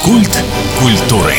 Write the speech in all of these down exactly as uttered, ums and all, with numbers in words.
Культ культуры.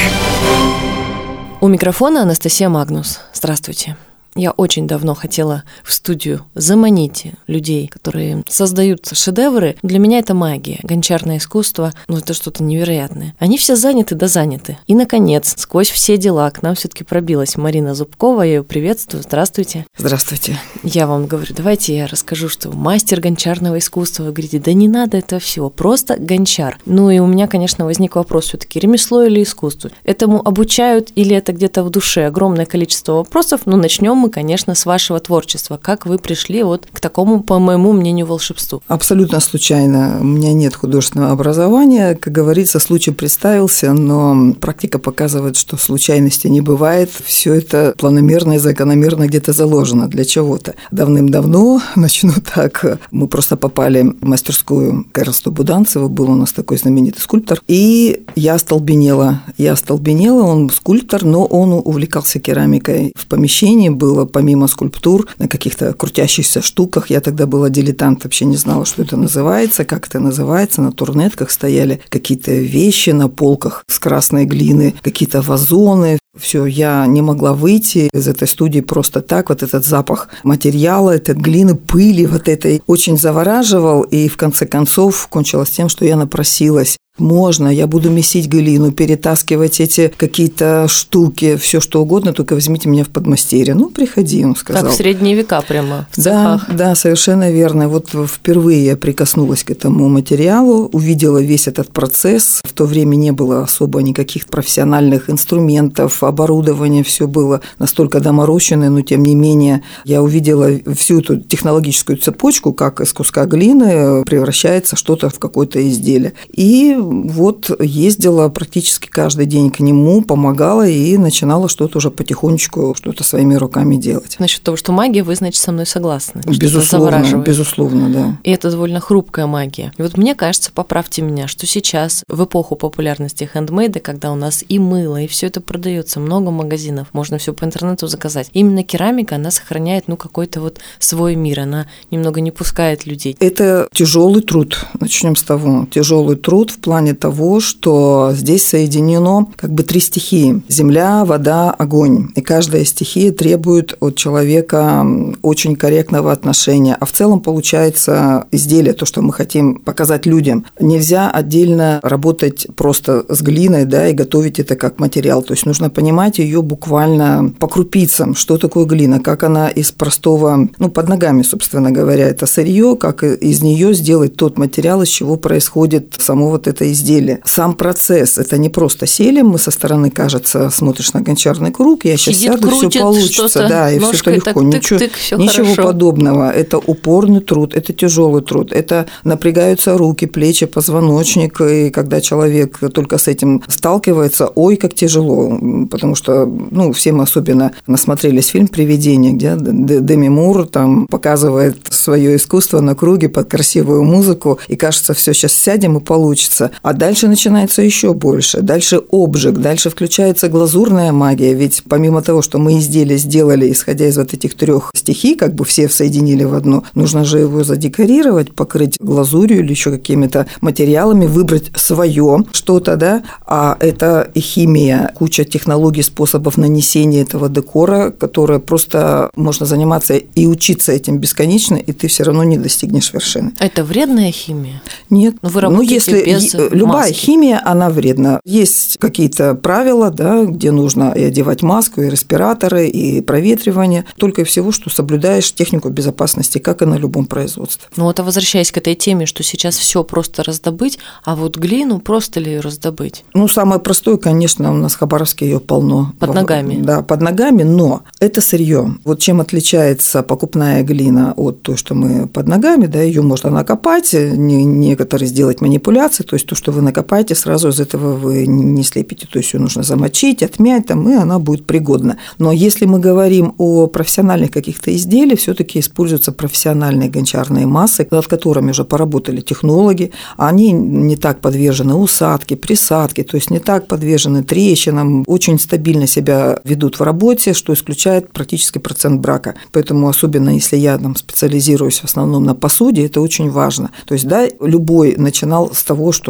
У микрофона Анастасия Магнус. Здравствуйте. Я очень давно хотела в студию заманить людей, которые создают шедевры. Для меня это магия, гончарное искусство, ну это что-то невероятное. Они все заняты да заняты. И, наконец, сквозь все дела к нам все-таки пробилась Марина Зубкова. Я ее приветствую. Здравствуйте. Здравствуйте. Я вам говорю, давайте я расскажу, что мастер гончарного искусства. Вы говорите, да не надо этого всего, просто гончар. Ну и у меня, конечно, возник вопрос все-таки, ремесло или искусство? Этому обучают или это где-то в душе? Огромное количество вопросов, но начнем мы, конечно, с вашего творчества. Как вы пришли вот к такому, по моему мнению, волшебству? Абсолютно случайно. У меня нет художественного образования. Как говорится, случай представился, но практика показывает, что случайности не бывает. Все это планомерно и закономерно где-то заложено для чего-то. Давным-давно, начну так, мы просто попали в мастерскую к Эрнсту Буданцеву, был у нас такой знаменитый скульптор, и я остолбенела. Я остолбенела, он скульптор, но он увлекался керамикой. В помещении был помимо скульптур на каких-то крутящихся штуках. Я тогда была дилетант, вообще не знала, что это называется, как это называется. На турнетках стояли какие-то вещи на полках с красной глины, какие-то вазоны. Все, я не могла выйти из этой студии просто так. Вот этот запах материала, этой глины, пыли вот этой очень завораживал. И в конце концов кончилось тем, что я напросилась. Можно, я буду месить глину, перетаскивать эти какие-то штуки, все что угодно, только возьмите меня в подмастерье. Ну, приходи, он сказал. Как в средние века прямо в цехах. Да, да, совершенно верно. Вот впервые я прикоснулась к этому материалу, увидела весь этот процесс. В то время не было особо никаких профессиональных инструментов, оборудования, все было настолько доморощенное, но тем не менее я увидела всю эту технологическую цепочку, как из куска глины превращается что-то в какое-то изделие. И вот ездила практически каждый день к нему, помогала и начинала что-то уже потихонечку, что-то своими руками делать. Насчет того, что магия, вы, значит, со мной согласны? Безусловно, безусловно, да. И это довольно хрупкая магия. И вот мне кажется, поправьте меня, что сейчас, в эпоху популярности хендмейда, когда у нас и мыло, и все это продается, много магазинов, можно все по интернету заказать, именно керамика, она сохраняет, ну, какой-то вот свой мир, она немного не пускает людей. Это тяжелый труд, начнем с того, тяжелый труд в плане В плане того, что здесь соединено как бы три стихии – земля, вода, огонь. И каждая стихия требует от человека очень корректного отношения. А в целом получается изделие, то, что мы хотим показать людям. Нельзя отдельно работать просто с глиной, да, и готовить это как материал. То есть нужно понимать ее буквально по крупицам, что такое глина, как она из простого, ну, под ногами, собственно говоря, это сырье, как из нее сделать тот материал, из чего происходит само вот это изделие. Сам процесс – это не просто сели, мы со стороны, кажется, смотришь на гончарный круг, я сейчас Сидит, сяду, крутит, все получится, да, и все это легко. Так, ничего тык, тык, ничего хорошо. подобного. Это упорный труд, это тяжелый труд, это напрягаются руки, плечи, позвоночник, и когда человек только с этим сталкивается, ой, как тяжело, потому что, ну, все мы особенно насмотрелись фильм «Привидение», где Деми Мур там показывает свое искусство на круге под красивую музыку, и кажется, все сейчас сядем и получится. А дальше начинается еще больше. Дальше обжиг, дальше включается глазурная магия. Ведь помимо того, что мы изделие сделали, исходя из вот этих трех стихий, как бы все соединили в одно, нужно же его задекорировать, покрыть глазурью или еще какими-то материалами, выбрать свое что-то, да. А это и химия, куча технологий, способов нанесения этого декора, которое просто можно заниматься и учиться этим бесконечно, и ты все равно не достигнешь вершины. Это вредная химия? Нет. Но вы работаете ну, если без любая маски. Химия, она вредна. Есть какие-то правила, да, где нужно и одевать маску, и респираторы, и проветривание. Только и всего, что соблюдаешь технику безопасности, как и на любом производстве. Ну вот, а возвращаясь к этой теме, что сейчас все просто раздобыть, а вот глину просто ли ее раздобыть? Ну, самое простое, конечно, у нас в Хабаровске ее полно. Под ногами. Да, под ногами, но это сырье. Вот чем отличается покупная глина от той, что мы под ногами, да, ее можно накопать, некоторые сделать манипуляции, то есть то, что вы накопаете, сразу из этого вы не слепите, то есть ее нужно замочить, отмять, там, и она будет пригодна. Но если мы говорим о профессиональных каких-то изделиях, все-таки используются профессиональные гончарные массы, над которыми уже поработали технологи, они не так подвержены усадке, присадке, то есть не так подвержены трещинам, очень стабильно себя ведут в работе, что исключает практически процент брака. Поэтому особенно если я там специализируюсь в основном на посуде, это очень важно. То есть, да, любой начинал с того, что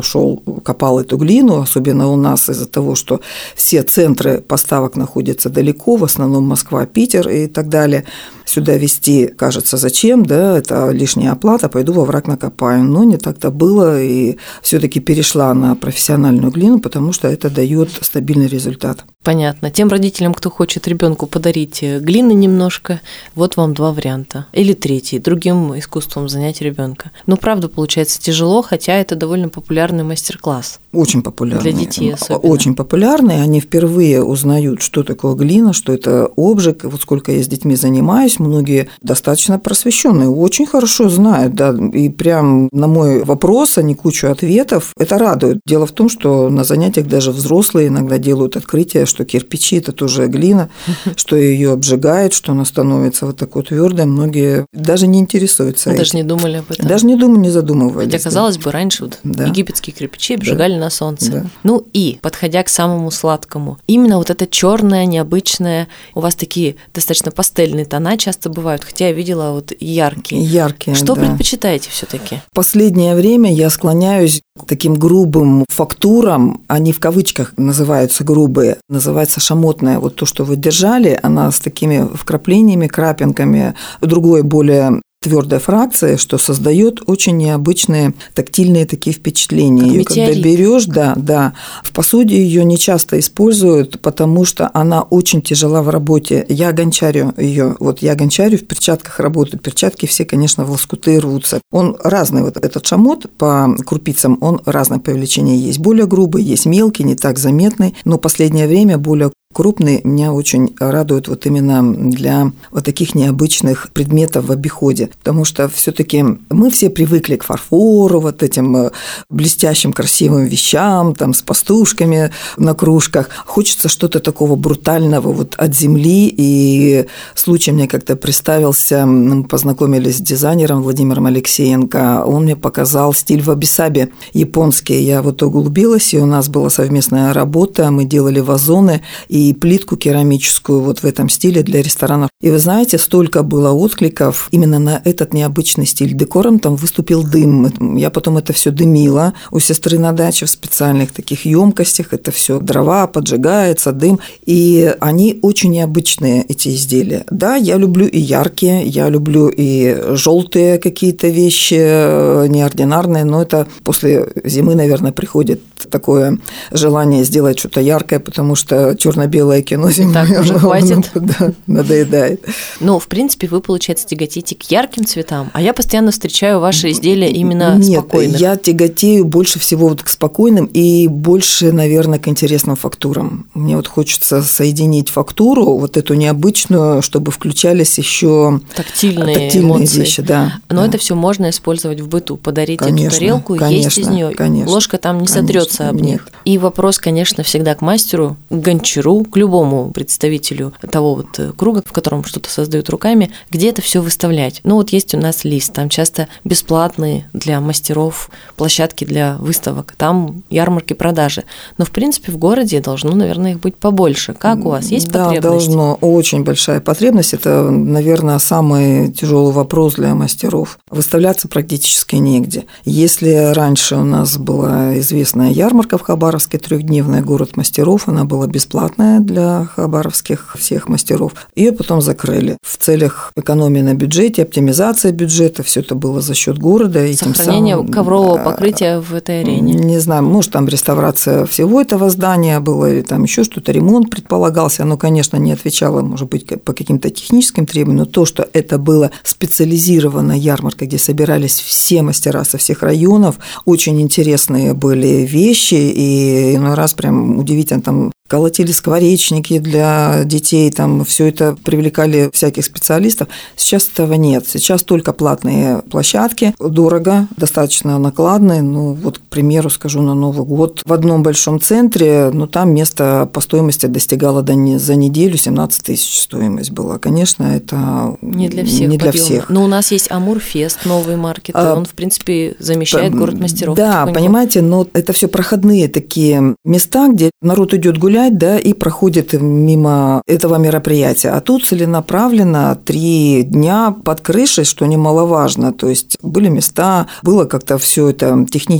шел, копал эту глину, особенно у нас из-за того, что все центры поставок находятся далеко, в основном Москва, Питер и так далее. Сюда везти, кажется, зачем, да, это лишняя оплата, пойду во враг накопаю. Но не так-то было, и все-таки перешла на профессиональную глину, потому что это дает стабильный результат. Понятно. Тем родителям, кто хочет ребенку подарить глины немножко, вот вам два варианта. Или третий, другим искусством занять ребенка. Но правда получается тяжело, хотя это довольно популярный мастер-класс. Очень популярный. Для детей особенно. Очень популярный. Они впервые узнают, что такое глина, что это обжиг. Вот сколько я с детьми занимаюсь, многие достаточно просвещенные, очень хорошо знают, да, и прям на мой вопрос они кучу ответов. Это радует. Дело в том, что на занятиях даже взрослые иногда делают открытие, что кирпичи – это тоже глина, что ее обжигает, что она становится вот такой твердой. Многие даже не интересуются. Даже не думали об этом. Даже не думали, не задумывались. Хотя, казалось бы, раньше вот да. египетские кирпичи обжигали да. на солнце. Да. Ну и, подходя к самому сладкому, именно вот это черное, необычное, у вас такие достаточно пастельные тона часто бывают, хотя я видела вот яркие. Яркие, Что да. предпочитаете все-таки? В последнее время я склоняюсь к таким грубым фактурам, они в кавычках называются грубые, называется шамотная. Вот то, что вы держали, она с такими вкраплениями, крапинками, другой более твердой фракции, что создает очень необычные тактильные такие впечатления. Ее когда берешь, да, да. В посуде ее не часто используют, потому что она очень тяжела в работе. Я гончарю ее, вот я гончарю, в перчатках работаю. Перчатки все, конечно, в лоскуты рвутся. Он разный, вот этот шамот по крупицам, он разное по величине есть. Более грубый, есть мелкий, не так заметный, но в последнее время более крупный меня очень радует вот именно для вот таких необычных предметов в обиходе, потому что все-таки мы все привыкли к фарфору, вот этим блестящим красивым вещам, там с пастушками на кружках. Хочется что-то такого брутального вот от земли, и случай мне как-то представился, мы познакомились с дизайнером Владимиром Алексеенко, он мне показал стиль ваби-саби японский, я вот углубилась, и у нас была совместная работа, мы делали вазоны, и и плитку керамическую вот в этом стиле для ресторанов. И вы знаете, столько было откликов именно на этот необычный стиль. Декором там выступил дым. Я потом это все дымила у сестры на даче в специальных таких емкостях. Это все дрова, поджигается, дым. И они очень необычные, эти изделия. Да, я люблю и яркие, я люблю и желтые какие-то вещи, неординарные, но это после зимы, наверное, приходит такое желание сделать что-то яркое, потому что черно-белое кино зимой так уже хватит. Да, надоедает. Ну, в принципе, вы, получается, тяготеете к ярким цветам, а я постоянно встречаю ваши изделия именно Нет, спокойных. Нет, я тяготею больше всего вот к спокойным и больше, наверное, к интересным фактурам. Мне вот хочется соединить фактуру, вот эту необычную, чтобы включались еще тактильные, тактильные эмоции. Вещи. Да, Но да. это все можно использовать в быту, подарить конечно, эту тарелку, конечно, есть из нее, ложка там не конечно, сотрется об нет. них. И вопрос, конечно, всегда к мастеру, к гончару, к любому представителю того вот круга, в котором что-то создают руками, где это все выставлять. Ну вот есть у нас лист, там часто бесплатные для мастеров площадки для выставок, там ярмарки, продажи. Но в принципе в городе должно, наверное, их быть побольше. Как у вас есть да, потребность? Да, должно. Очень большая потребность. Это, наверное, самый тяжелый вопрос для мастеров. Выставляться практически негде. Если раньше у нас была известная ярмарка в Хабаровске, трехдневная, город мастеров, она была бесплатная для хабаровских всех мастеров. Ее потом закрыли. В целях экономии на бюджете, оптимизации бюджета, все это было за счет города. И сохранение тем самым, коврового покрытия в этой арене. Не знаю, может, там реставрация всего этого здания была, или там еще что-то, ремонт предполагался. Оно, конечно, не отвечало, может быть, по каким-то техническим требованиям, но то, что это была специализированная ярмарка, где собирались все мастера со всех районов, очень интересные были вещи, и иной раз прям удивительно, там колотили скворечники для детей, там все это привлекали всяких специалистов. Сейчас этого нет. Сейчас только платные площадки. Дорого, достаточно накладные. Ну, вот, к примеру, скажу, на Новый год в одном большом центре, ну, там место по стоимости достигало до не, за неделю семнадцать тысяч стоимость была. Конечно, это не для всех. Не для всех. Но у нас есть Амурфест, новый маркет, а, он, в принципе, замещает по, город мастеров. Да, понимаете, но это все проходные такие места, где народ идет гулять, да, и проходит мимо этого мероприятия. А тут целенаправленно три дня под крышей, что немаловажно. То есть были места, было как-то все это технически все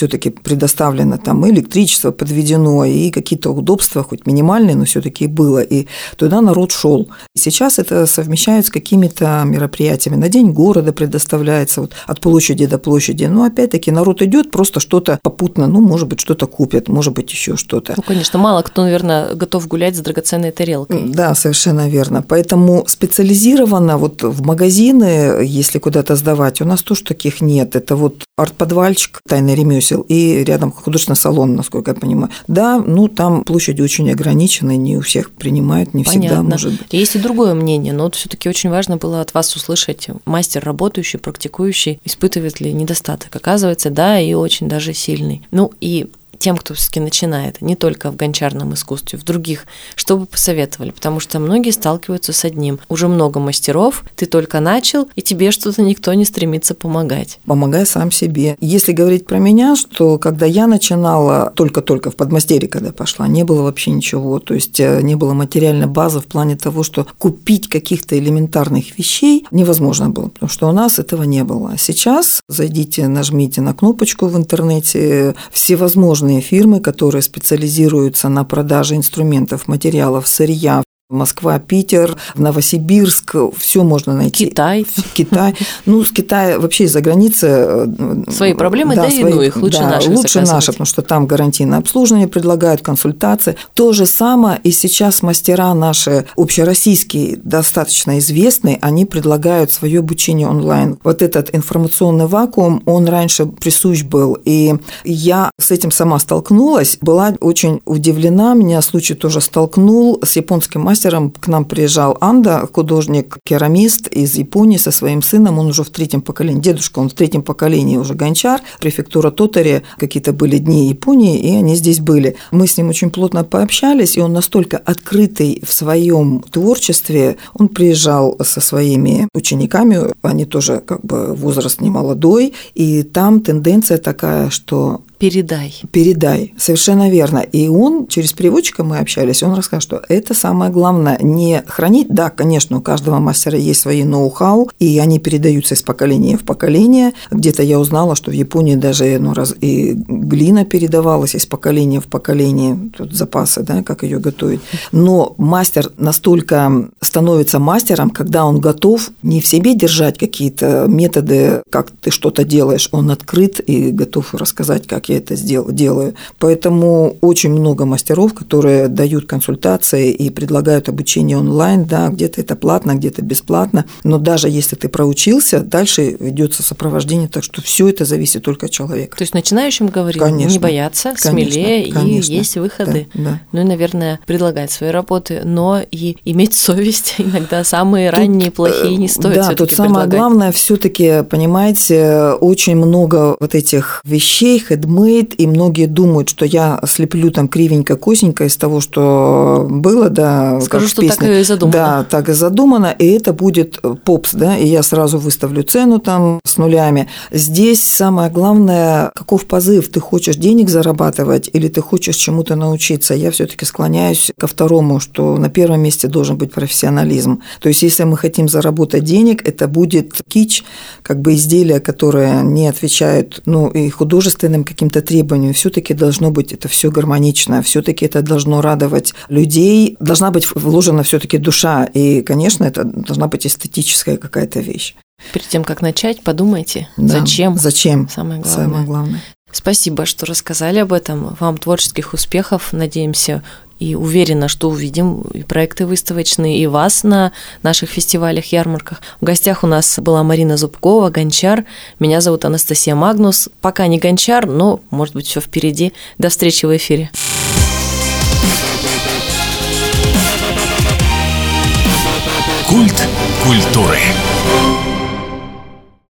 все-таки предоставлено там электричество подведено, и какие-то удобства, хоть минимальные, но все-таки было, и туда народ шел. Сейчас это совмещают с какими-то мероприятиями. На День города предоставляется вот, от площади до площади. Но опять-таки народ идет, просто что-то попутно, ну, может быть, что-то купит, может быть, еще что-то. Ну, конечно, мало кто, наверное, готов гулять с драгоценной тарелкой. Да, совершенно верно. Поэтому специализированно вот в магазины, если куда-то сдавать, у нас тоже таких нет. Это вот арт-подвальчик, тайный ремесел, и рядом художественный салон, насколько я понимаю. Да, ну, там площади очень ограничены, не у всех принимают, не Понятно. всегда, может быть. Есть и другое мнение, но вот все-таки очень важно было от вас услышать, мастер работающий, практикующий, испытывает ли недостаток. Оказывается, да, и очень даже сильный. Ну и тем, кто все-таки начинает, не только в гончарном искусстве, в других, что бы посоветовали? Потому что многие сталкиваются с одним. Уже много мастеров, ты только начал, и тебе что-то никто не стремится помогать. Помогай сам себе. Если говорить про меня, что когда я начинала, только-только в подмастерье, когда пошла, не было вообще ничего, то есть не было материальной базы в плане того, что купить каких-то элементарных вещей невозможно было, потому что у нас этого не было. Сейчас зайдите, нажмите на кнопочку в интернете, всевозможные фирмы, которые специализируются на продаже инструментов, материалов, сырья. Москва, Питер, Новосибирск, все можно найти. Китай. Китай. Ну, с Китая вообще из-за границы. Свои проблемы, да, да и ну их. Лучше да, наши. Лучше наши, потому что там гарантийное обслуживание предлагают, консультации. То же самое и сейчас мастера наши общероссийские, достаточно известные, они предлагают свое обучение онлайн. Вот этот информационный вакуум, он раньше присущ был. И я с этим сама столкнулась, была очень удивлена, меня случай тоже столкнул с японским мастером. К нам приезжал Анда, художник-керамист из Японии со своим сыном, он уже в третьем поколении, дедушка, он в третьем поколении уже гончар, префектура Тотори, какие-то были дни Японии, и они здесь были. Мы с ним очень плотно пообщались, и он настолько открытый в своем творчестве, он приезжал со своими учениками, они тоже как бы возраст немолодой, и там тенденция такая, что Передай. Передай, совершенно верно. И он, через переводчика мы общались, он рассказал, что это самое главное, не хранить. Да, конечно, у каждого мастера есть свои ноу-хау, и они передаются из поколения в поколение. Где-то я узнала, что в Японии даже ну, раз, и глина передавалась из поколения в поколение, тут запасы, да, как ее готовить. Но мастер настолько становится мастером, когда он готов не в себе держать какие-то методы, как ты что-то делаешь, он открыт и готов рассказать, как я это сделал, делаю. Поэтому очень много мастеров, которые дают консультации и предлагают обучение онлайн, да, где-то это платно, где-то бесплатно, но даже если ты проучился, дальше ведется сопровождение, так что все это зависит только от человека. То есть начинающим говорим, конечно, не бояться, конечно, смелее, конечно, и есть выходы. Да, да. Ну и, наверное, предлагать свои работы, но и иметь совесть. Иногда самые тут, ранние, плохие не стоит да, тут самое предлагать. Главное, все-таки, понимаете, очень много вот этих вещей, хедмейд, и многие думают, что я слеплю там кривенько, косенько из того, что было, да. Скажу, как что песня. Так и задумано. Да, так и задумано, и это будет попс, да, и я сразу выставлю цену там с нулями. Здесь самое главное, каков позыв, ты хочешь денег зарабатывать или ты хочешь чему-то научиться. Я все-таки склоняюсь ко второму, что на первом месте должен быть профессионализм. То есть, если мы хотим заработать денег, это будет кич, как бы изделия, которые не отвечают, ну, и художественным каким-то требованиям, все-таки должно быть это все гармонично, все-таки это должно радовать людей, должна быть вложена все-таки душа, и, конечно, это должна быть эстетическая какая-то вещь. Перед тем, как начать, подумайте, да, зачем. Зачем? Самое главное. Самое главное. Спасибо, что рассказали об этом. Вам творческих успехов, надеемся, и уверена, что увидим и проекты выставочные, и вас на наших фестивалях, ярмарках. В гостях у нас была Марина Зубкова, гончар. Меня зовут Анастасия Магнус. Пока не гончар, но, может быть, все впереди. До встречи в эфире. Культ культуры.